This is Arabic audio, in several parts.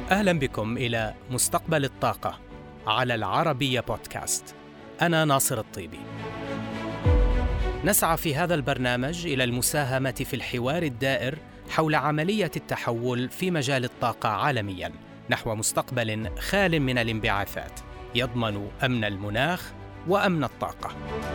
أهلا بكم إلى مستقبل الطاقة على العربية بودكاست. أنا ناصر الطيبي. نسعى في هذا البرنامج إلى المساهمة في الحوار الدائر حول عملية التحول في مجال الطاقة عالمياً نحو مستقبل خال من الانبعاثات يضمن أمن المناخ وأمن الطاقة.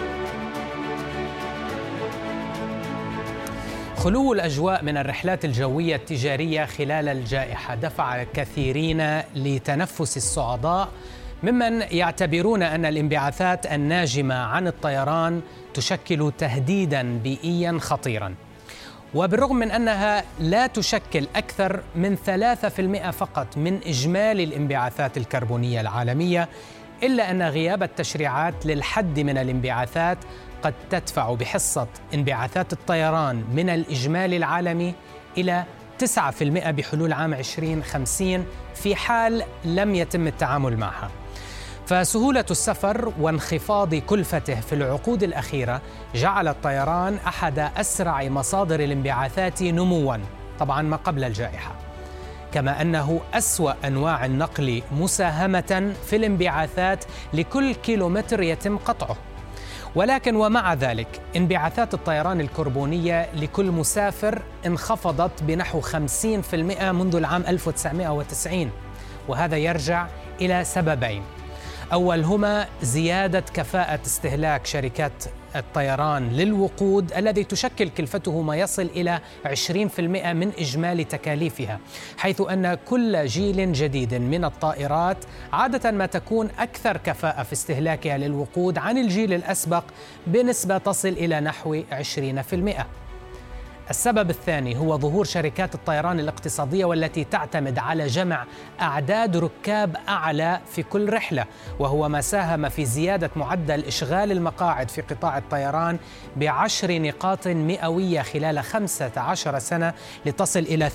خلو الأجواء من الرحلات الجوية التجارية خلال الجائحة دفع كثيرين لتنفس الصعداء، ممن يعتبرون أن الانبعاثات الناجمة عن الطيران تشكل تهديداً بيئياً خطيراً. وبالرغم من أنها لا تشكل أكثر من 3% فقط من إجمالي الانبعاثات الكربونية العالمية، إلا أن غياب التشريعات للحد من الانبعاثات قد تدفع بحصة انبعاثات الطيران من الإجمالي العالمي إلى 9% بحلول عام 2050 في حال لم يتم التعامل معها. فسهولة السفر وانخفاض كلفته في العقود الأخيرة جعل الطيران أحد أسرع مصادر الانبعاثات نمواً، طبعاً ما قبل الجائحة، كما أنه أسوأ أنواع النقل مساهمة في الانبعاثات لكل كيلومتر يتم قطعه. ولكن ومع ذلك انبعاثات الطيران الكربونية لكل مسافر انخفضت بنحو 50% منذ العام 1990، وهذا يرجع إلى سببين. أولهما زيادة كفاءة استهلاك شركات الطيران للوقود الذي تشكل كلفته ما يصل إلى 20% من إجمالي تكاليفها، حيث أن كل جيل جديد من الطائرات عادة ما تكون أكثر كفاءة في استهلاكها للوقود عن الجيل الأسبق بنسبة تصل إلى نحو 20%. السبب الثاني هو ظهور شركات الطيران الاقتصادية، والتي تعتمد على جمع أعداد ركاب أعلى في كل رحلة، وهو ما ساهم في زيادة معدل إشغال المقاعد في قطاع الطيران ب10 نقاط مئوية خلال 15 سنة لتصل إلى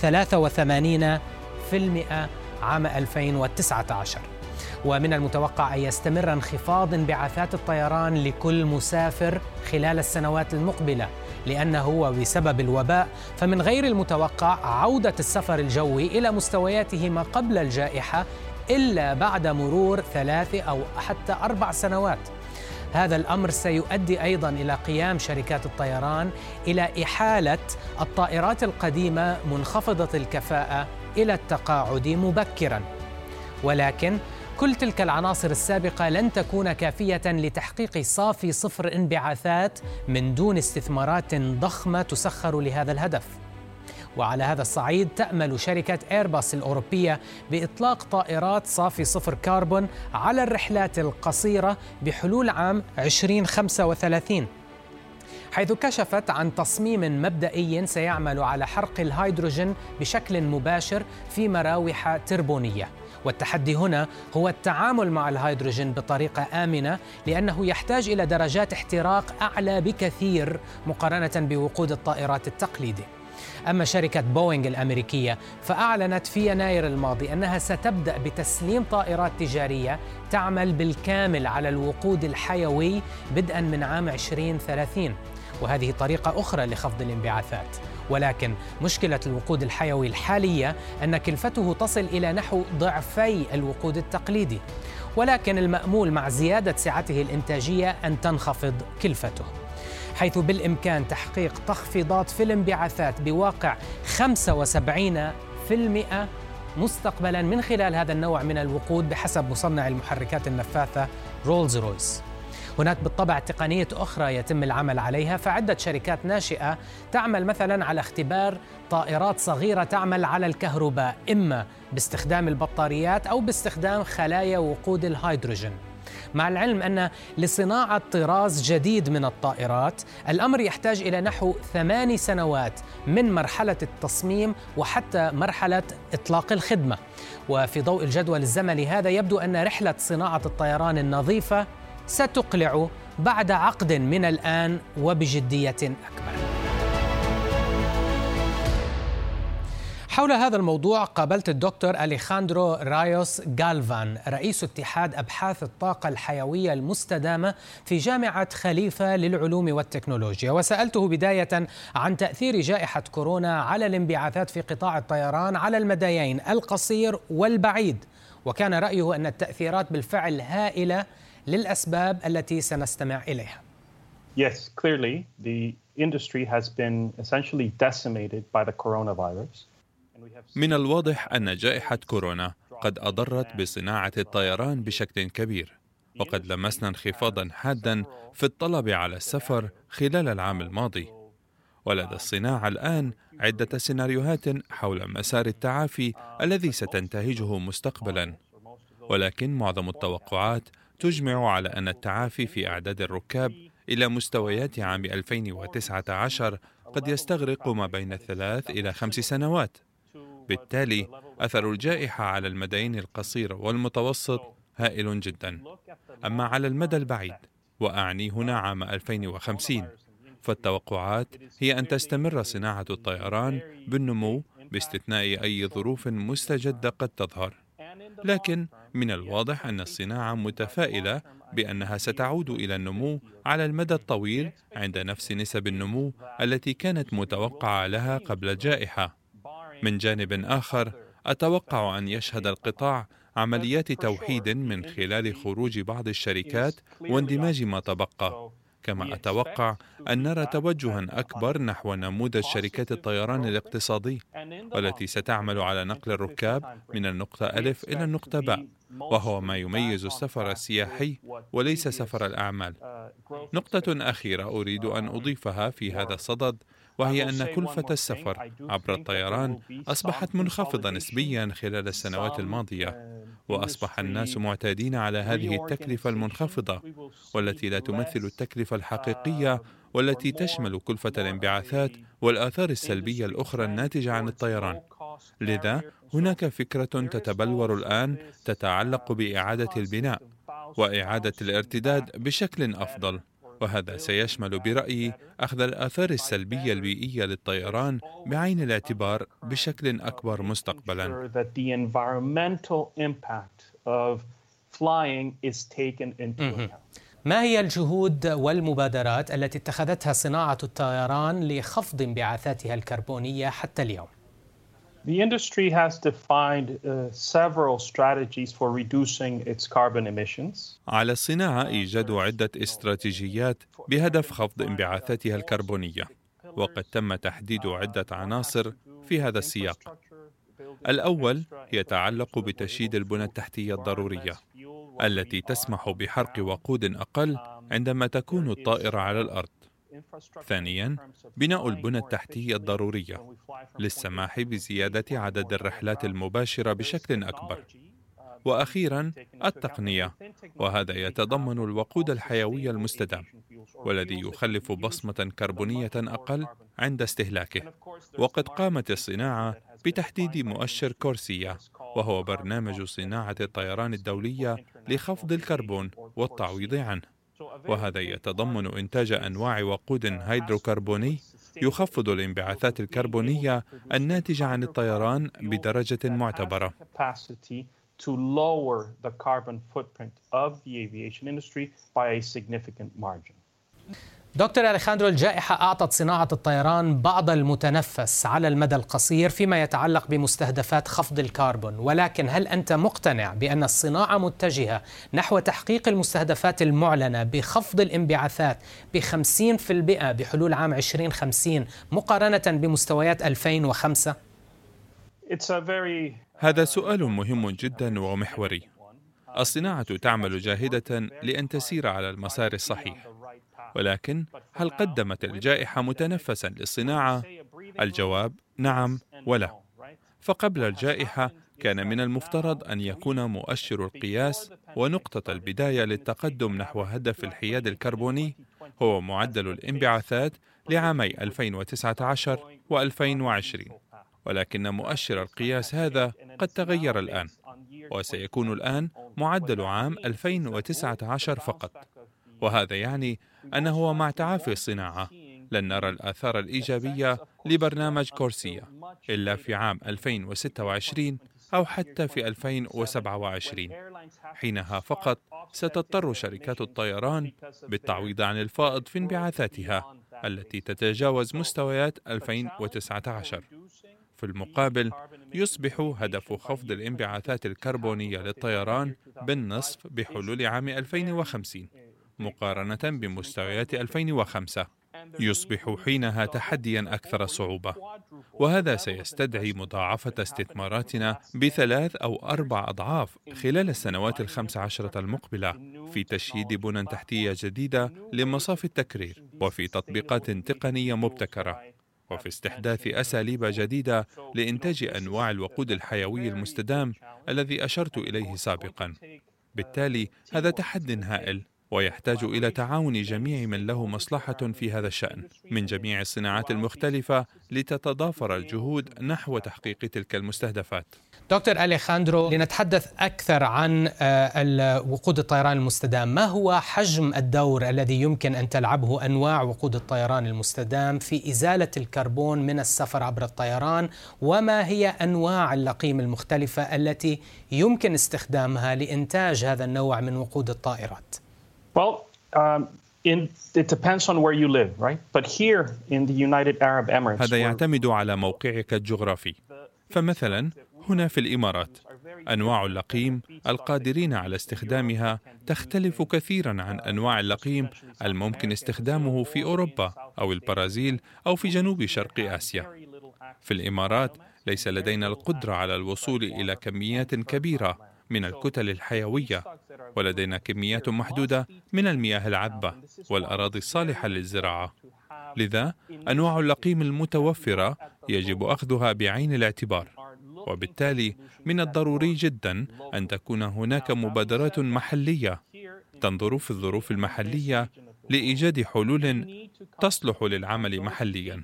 83% عام 2019. ومن المتوقع أن يستمر انخفاض انبعاثات الطيران لكل مسافر خلال السنوات المقبلة، لأنه وبسبب الوباء فمن غير المتوقع عودة السفر الجوي إلى مستوياته ما قبل الجائحة إلا بعد مرور 3 أو حتى 4 سنوات. هذا الأمر سيؤدي أيضاً إلى قيام شركات الطيران إلى إحالة الطائرات القديمة منخفضة الكفاءة إلى التقاعد مبكراً. ولكن كل تلك العناصر السابقة لن تكون كافية لتحقيق صافي صفر انبعاثات من دون استثمارات ضخمة تسخر لهذا الهدف. وعلى هذا الصعيد تأمل شركة إيرباص الأوروبية بإطلاق طائرات صافي صفر كربون على الرحلات القصيرة بحلول عام 2035، حيث كشفت عن تصميم مبدئي سيعمل على حرق الهيدروجين بشكل مباشر في مراوح تربونية. والتحدي هنا هو التعامل مع الهيدروجين بطريقة آمنة، لأنه يحتاج إلى درجات احتراق أعلى بكثير مقارنة بوقود الطائرات التقليدي. أما شركة بوينغ الأمريكية فأعلنت في يناير الماضي أنها ستبدأ بتسليم طائرات تجارية تعمل بالكامل على الوقود الحيوي بدءاً من عام 2030، وهذه طريقة أخرى لخفض الانبعاثات. ولكن مشكلة الوقود الحيوي الحالية أن كلفته تصل إلى نحو ضعفي الوقود التقليدي، ولكن المأمول مع زيادة سعته الإنتاجية أن تنخفض كلفته، حيث بالإمكان تحقيق تخفيضات في الانبعاثات بواقع 75% مستقبلاً من خلال هذا النوع من الوقود بحسب مصنع المحركات النفاثة رولز رويس. هناك بالطبع تقنية أخرى يتم العمل عليها، فعدة شركات ناشئة تعمل مثلاً على اختبار طائرات صغيرة تعمل على الكهرباء، إما باستخدام البطاريات أو باستخدام خلايا وقود الهيدروجين. مع العلم أن لصناعة طراز جديد من الطائرات الأمر يحتاج إلى نحو 8 سنوات من مرحلة التصميم وحتى مرحلة إطلاق الخدمة. وفي ضوء الجدول الزمني هذا يبدو أن رحلة صناعة الطيران النظيفة ستقلع بعد عقد من الآن وبجدية أكبر. حول هذا الموضوع قابلت الدكتور أليخاندرو رايوس غالفان رئيس اتحاد أبحاث الطاقة الحيوية المستدامة في جامعة خليفة للعلوم والتكنولوجيا، وسألته بداية عن تأثير جائحة كورونا على الانبعاثات في قطاع الطيران على المديين القصير والبعيد، وكان رأيه أن التأثيرات بالفعل هائلة للأسباب التي سنستمع إليها. Yes, clearly the industry has been essentially decimated by the coronavirus. من الواضح أن جائحة كورونا قد أضرت بصناعة الطيران بشكل كبير، وقد لمسنا انخفاضا حادا في الطلب على السفر خلال العام الماضي. ولدى الصناعة الآن عدة سيناريوهات حول مسار التعافي الذي ستنتهجه مستقبلا، ولكن معظم التوقعات تجمع على أن التعافي في أعداد الركاب إلى مستويات عام 2019 قد يستغرق ما بين 3 إلى 5 سنوات. بالتالي أثر الجائحة على المديين القصير والمتوسط هائل جدا. أما على المدى البعيد، وأعني هنا عام 2050، فالتوقعات هي أن تستمر صناعة الطيران بالنمو باستثناء أي ظروف مستجدة قد تظهر. لكن من الواضح أن الصناعة متفائلة بأنها ستعود إلى النمو على المدى الطويل عند نفس نسب النمو التي كانت متوقعة لها قبل الجائحة. من جانب آخر، أتوقع أن يشهد القطاع عمليات توحيد من خلال خروج بعض الشركات واندماج ما تبقى، كما أتوقع أن نرى توجها أكبر نحو نموذج شركات الطيران الاقتصادي، والتي ستعمل على نقل الركاب من النقطة ألف إلى النقطة باء، وهو ما يميز السفر السياحي وليس سفر الأعمال. نقطة أخيرة أريد أن أضيفها في هذا الصدد، وهي أن كلفة السفر عبر الطيران أصبحت منخفضة نسبيا خلال السنوات الماضية، وأصبح الناس معتادين على هذه التكلفة المنخفضة، والتي لا تمثل التكلفة الحقيقية والتي تشمل كلفة الانبعاثات والآثار السلبية الأخرى الناتجة عن الطيران. لذا هناك فكرة تتبلور الآن تتعلق بإعادة البناء وإعادة الارتداد بشكل أفضل، وهذا سيشمل برأيي أخذ الآثار السلبية البيئية للطيران بعين الاعتبار بشكل أكبر مستقبلا. ما هي الجهود والمبادرات التي اتخذتها صناعة الطيران لخفض انبعاثاتها الكربونية حتى اليوم؟ The industry has defined several strategies for reducing its carbon emissions. على الصناعة إيجاد عدة استراتيجيات بهدف خفض انبعاثاتها الكربونية، وقد تم تحديد عدة عناصر في هذا السياق. الأول يتعلق بتشييد البنى التحتية الضرورية التي تسمح بحرق وقود أقل عندما تكون الطائرة على الأرض. ثانياً، بناء البنى التحتية الضرورية للسماح بزيادة عدد الرحلات المباشرة بشكل أكبر. وأخيراً، التقنية، وهذا يتضمن الوقود الحيوي المستدام والذي يخلف بصمة كربونية أقل عند استهلاكه. وقد قامت الصناعة بتحديد مؤشر كورسيا، وهو برنامج صناعة الطيران الدولية لخفض الكربون والتعويض عنه، وهذا يتضمن إنتاج أنواع وقود هيدروكربوني يخفض الانبعاثات الكربونية الناتجة عن الطيران بدرجة معتبرة. To lower the carbon footprint of the aviation industry by a significant margin. دكتور أليخاندرو، الجائحة أعطت صناعة الطيران بعض المتنفس على المدى القصير فيما يتعلق بمستهدفات خفض الكربون، ولكن هل أنت مقتنع بأن الصناعة متجهة نحو تحقيق المستهدفات المعلنة بخفض الانبعاثات ب50% بحلول عام 2050 مقارنة بمستويات 2005؟ هذا سؤال مهم جدا ومحوري. الصناعة تعمل جاهدة لأن تسير على المسار الصحيح، ولكن هل قدمت الجائحة متنفسا للصناعة؟ الجواب نعم ولا. فقبل الجائحة كان من المفترض أن يكون مؤشر القياس ونقطة البداية للتقدم نحو هدف الحياد الكربوني هو معدل الانبعاثات لعامي 2019 و2020، ولكن مؤشر القياس هذا قد تغير الآن، وسيكون الآن معدل عام 2019 فقط، وهذا يعني أنه مع تعافي الصناعة لن نرى الآثار الإيجابية لبرنامج كورسيا إلا في عام 2026 أو حتى في 2027. حينها فقط ستضطر شركات الطيران بالتعويض عن الفائض في انبعاثاتها التي تتجاوز مستويات 2019. في المقابل، يصبح هدف خفض الانبعاثات الكربونية للطيران بالنصف بحلول عام 2050 مقارنة بمستويات 2005. يصبح حينها تحدياً أكثر صعوبة، وهذا سيستدعي مضاعفة استثماراتنا ب3 أو 4 أضعاف خلال السنوات 15 المقبلة في تشييد بنى تحتية جديدة لمصاف التكرير، وفي تطبيقات تقنية مبتكرة، وفي استحداث أساليب جديدة لإنتاج أنواع الوقود الحيوي المستدام الذي أشرت إليه سابقاً. بالتالي هذا تحد هائل، ويحتاج إلى تعاون جميع من له مصلحة في هذا الشأن من جميع الصناعات المختلفة لتتضافر الجهود نحو تحقيق تلك المستهدفات. دكتور أليخاندرو، لنتحدث أكثر عن وقود الطيران المستدام. ما هو حجم الدور الذي يمكن أن تلعبه أنواع وقود الطيران المستدام في إزالة الكربون من السفر عبر الطيران؟ وما هي أنواع اللقيم المختلفة التي يمكن استخدامها لإنتاج هذا النوع من وقود الطائرات؟ Well, it depends on where you live, right? But here in the United Arab Emirates, هذا يعتمد على موقعك الجغرافي. فمثلا هنا في الإمارات، أنواع اللقيم القادرين على استخدامها تختلف كثيرا عن أنواع اللقيم الممكن استخدامه في أوروبا أو البرازيل أو في جنوب شرق آسيا. في الإمارات ليس لدينا القدرة على الوصول إلى كميات كبيرة من الكتل الحيوية، ولدينا كميات محدودة من المياه العذبة والأراضي الصالحة للزراعة. لذا أنواع اللقيم المتوفرة يجب أخذها بعين الاعتبار، وبالتالي من الضروري جدا أن تكون هناك مبادرات محلية تنظر في الظروف المحلية لإيجاد حلول تصلح للعمل محليا.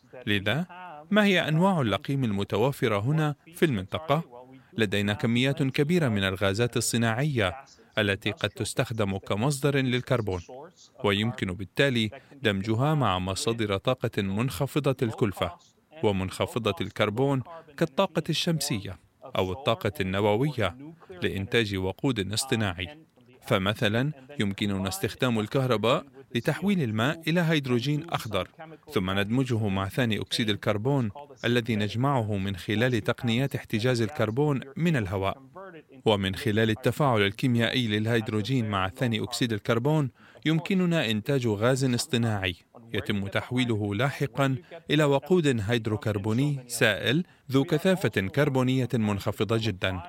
لذا ما هي أنواع اللقيم المتوفرة هنا في المنطقة؟ لدينا كميات كبيرة من الغازات الصناعية التي قد تستخدم كمصدر للكربون، ويمكن بالتالي دمجها مع مصادر طاقة منخفضة الكلفة ومنخفضة الكربون كالطاقة الشمسية أو الطاقة النووية لإنتاج وقود اصطناعي. فمثلا يمكننا استخدام الكهرباء لتحويل الماء إلى هيدروجين أخضر، ثم ندمجه مع ثاني أكسيد الكربون الذي نجمعه من خلال تقنيات احتجاز الكربون من الهواء. ومن خلال التفاعل الكيميائي للهيدروجين مع ثاني أكسيد الكربون يمكننا إنتاج غاز اصطناعي يتم تحويله لاحقا إلى وقود هيدروكربوني سائل ذو كثافة كربونية منخفضة جدا.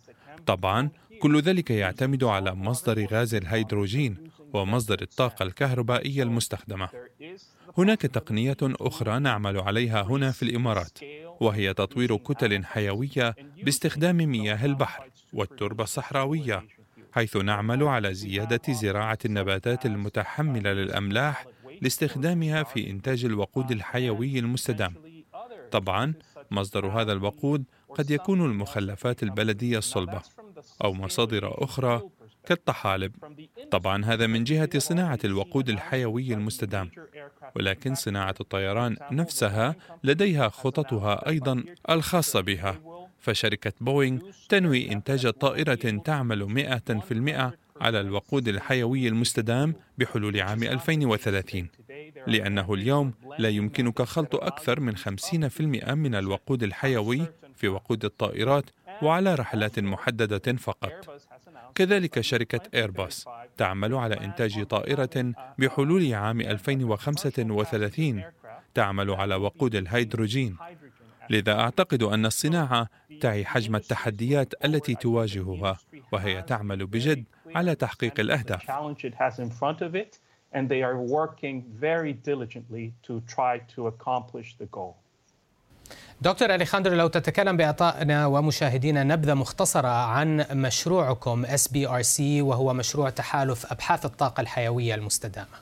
طبعا كل ذلك يعتمد على مصدر غاز الهيدروجين ومصدر الطاقة الكهربائية المستخدمة. هناك تقنية أخرى نعمل عليها هنا في الإمارات، وهي تطوير كتل حيوية باستخدام مياه البحر والتربة الصحراوية، حيث نعمل على زيادة زراعة النباتات المتحملة للأملاح لاستخدامها في إنتاج الوقود الحيوي المستدام. طبعا مصدر هذا الوقود قد يكون المخلفات البلدية الصلبة أو مصادر أخرى كالطحالب. طبعا هذا من جهة صناعة الوقود الحيوي المستدام، ولكن صناعة الطيران نفسها لديها خططها أيضا الخاصة بها. فشركة بوينغ تنوي إنتاج طائرة تعمل 100% على الوقود الحيوي المستدام بحلول عام 2030، لأنه اليوم لا يمكنك خلط أكثر من 50% من الوقود الحيوي في وقود الطائرات وعلى رحلات محددة فقط. كذلك شركة إيرباص تعمل على إنتاج طائرة بحلول عام 2035 تعمل على وقود الهيدروجين. لذا أعتقد أن الصناعة تعي حجم التحديات التي تواجهها، وهي تعمل بجد على تحقيق الأهداف. دكتور أليخاندرو، لو تتكلم بإعطائنا ومشاهدينا نبذة مختصرة عن مشروعكم SBRC، وهو مشروع تحالف أبحاث الطاقة الحيوية المستدامة.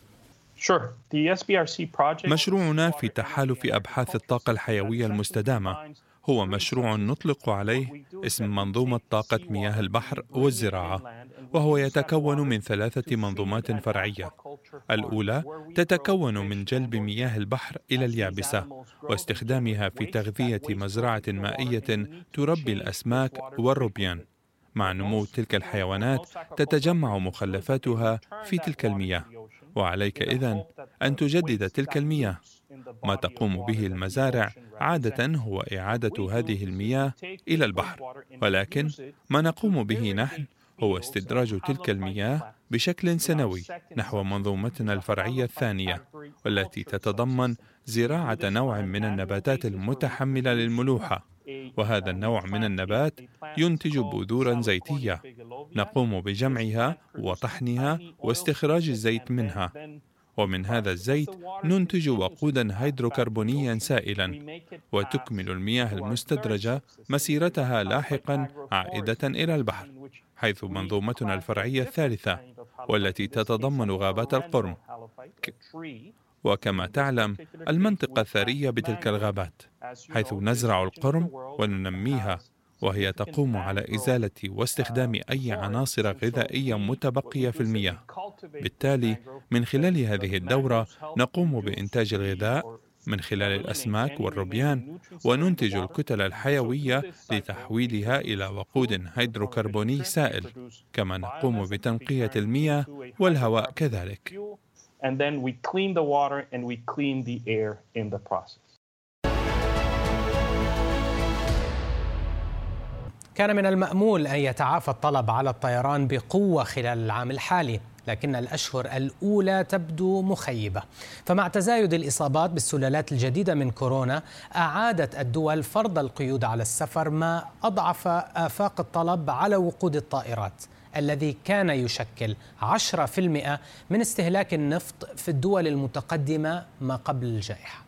مشروعنا في تحالف أبحاث الطاقة الحيوية المستدامة هو مشروع نطلق عليه اسم منظومة طاقة مياه البحر والزراعة، وهو يتكون من 3 منظومات فرعية الأولى تتكون من جلب مياه البحر إلى اليابسة واستخدامها في تغذية مزرعة مائية تربي الأسماك والروبيان. مع نمو تلك الحيوانات تتجمع مخلفاتها في تلك المياه، وعليك إذن أن تجدد تلك المياه. ما تقوم به المزارع عادة هو إعادة هذه المياه إلى البحر، ولكن ما نقوم به نحن هو استدراج تلك المياه بشكل سنوي نحو منظومتنا الفرعية الثانية، والتي تتضمن زراعة نوع من النباتات المتحملة للملوحة. وهذا النوع من النبات ينتج بذورا زيتية نقوم بجمعها وطحنها واستخراج الزيت منها، ومن هذا الزيت ننتج وقودا هيدروكربونيا سائلا، وتكمل المياه المستدرجة مسيرتها لاحقا عائدة إلى البحر، حيث منظومتنا الفرعية الثالثة والتي تتضمن غابات القرم. وكما تعلم المنطقة الثرية بتلك الغابات، حيث نزرع القرم وننميها، وهي تقوم على إزالة واستخدام أي عناصر غذائية متبقية في المياه. بالتالي من خلال هذه الدورة نقوم بإنتاج الغذاء من خلال الأسماك والروبيان، وننتج الكتل الحيوية لتحويلها إلى وقود هيدروكربوني سائل، كما نقوم بتنقية المياه والهواء كذلك. And then we clean the water and we clean the air in the process. كان من المأمول أن يتعافى الطلب على الطيران بقوة خلال العام الحالي، لكن الأشهر الأولى تبدو مخيبة. فمع تزايد الإصابات بالسلالات الجديدة من كورونا، أعادت الدول فرض القيود على السفر، ما أضعف آفاق الطلب على وقود الطائرات الذي كان يشكل 10% من استهلاك النفط في الدول المتقدمة ما قبل الجائحة.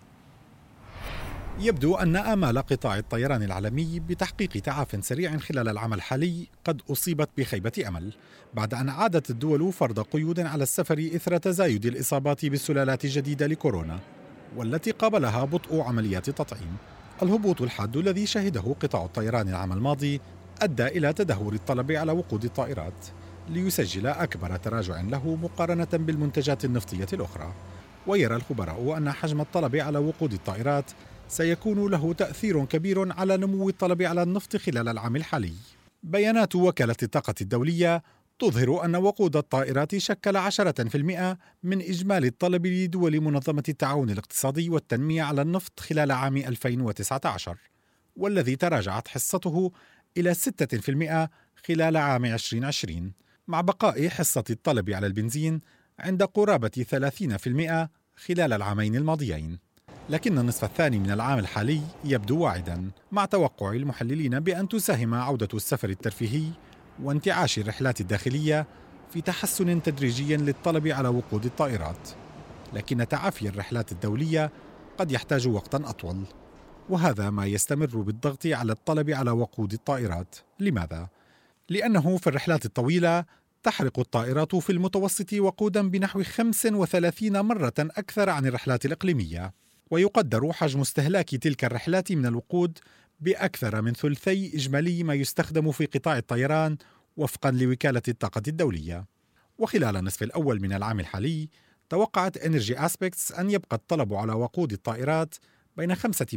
يبدو أن آمال قطاع الطيران العالمي بتحقيق تعاف سريع خلال العام الحالي قد أصيبت بخيبة أمل، بعد أن أعادت الدول فرض قيود على السفر إثر تزايد الإصابات بالسلالات الجديدة لكورونا، والتي قابلها بطء عمليات تطعيم. الهبوط الحاد الذي شهده قطاع الطيران العام الماضي أدى إلى تدهور الطلب على وقود الطائرات، ليسجل أكبر تراجع له مقارنة بالمنتجات النفطية الأخرى. ويرى الخبراء أن حجم الطلب على وقود الطائرات سيكون له تأثير كبير على نمو الطلب على النفط خلال العام الحالي. بيانات وكالة الطاقة الدولية تظهر أن وقود الطائرات شكل 10% من إجمالي الطلب لدول منظمة التعاون الاقتصادي والتنمية على النفط خلال عام 2019، والذي تراجعت حصته إلى 6% خلال عام 2020، مع بقاء حصة الطلب على البنزين عند قرابة 30% خلال العامين الماضيين. لكن النصف الثاني من العام الحالي يبدو واعدا، مع توقع المحللين بأن تساهم عودة السفر الترفيهي وانتعاش الرحلات الداخلية في تحسن تدريجي للطلب على وقود الطائرات. لكن تعافي الرحلات الدولية قد يحتاج وقتا أطول، وهذا ما يستمر بالضغط على الطلب على وقود الطائرات. لماذا؟ لأنه في الرحلات الطويلة تحرق الطائرات في المتوسط وقودا بنحو 35 مرة أكثر عن الرحلات الإقليمية، ويقدر حجم استهلاك تلك الرحلات من الوقود بأكثر من ثلثي إجمالي ما يستخدم في قطاع الطيران وفقا لوكالة الطاقة الدولية. وخلال النصف الأول من العام الحالي توقعت Energy Aspects أن يبقى الطلب على وقود الطائرات بين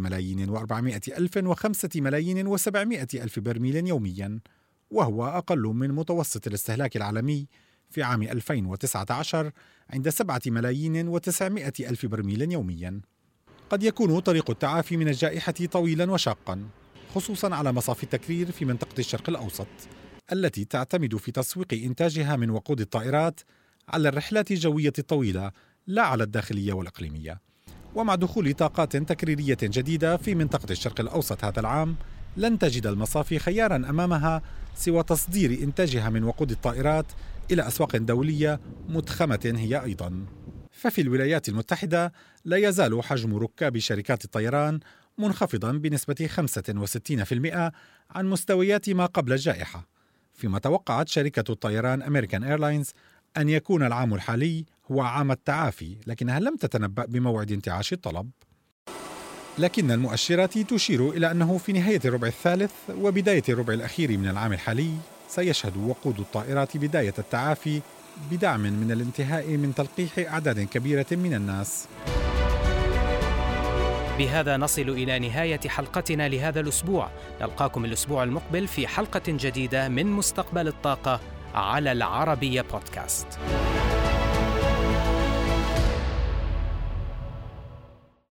5,400,000 و 5,700,000 برميل يوميا، وهو أقل من متوسط الاستهلاك العالمي في عام 2019 عند 7,900,000 برميل يوميا. قد يكون طريق التعافي من الجائحة طويلا وشاقا، خصوصا على مصافي التكرير في منطقة الشرق الأوسط، التي تعتمد في تسويق إنتاجها من وقود الطائرات على الرحلات الجوية الطويلة لا على الداخلية والإقليمية. ومع دخول طاقات تكريرية جديدة في منطقة الشرق الأوسط هذا العام، لن تجد المصافي خيارا أمامها سوى تصدير إنتاجها من وقود الطائرات إلى أسواق دولية متخمة هي أيضا. ففي الولايات المتحدة لا يزال حجم ركاب شركات الطيران منخفضا بنسبة 65% عن مستويات ما قبل الجائحة، فيما توقعت شركة الطيران أمريكان إيرلاينز أن يكون العام الحالي هو عام التعافي، لكنها لم تتنبأ بموعد انتعاش الطلب. لكن المؤشرات تشير إلى أنه في نهاية الربع الثالث وبداية الربع الأخير من العام الحالي سيشهد وقود الطائرات بداية التعافي بدعم من الانتهاء من تلقيح أعداد كبيرة من الناس. بهذا نصل إلى نهاية حلقتنا لهذا الأسبوع. نلقاكم الأسبوع المقبل في حلقة جديدة من مستقبل الطاقة على العربية بودكاست.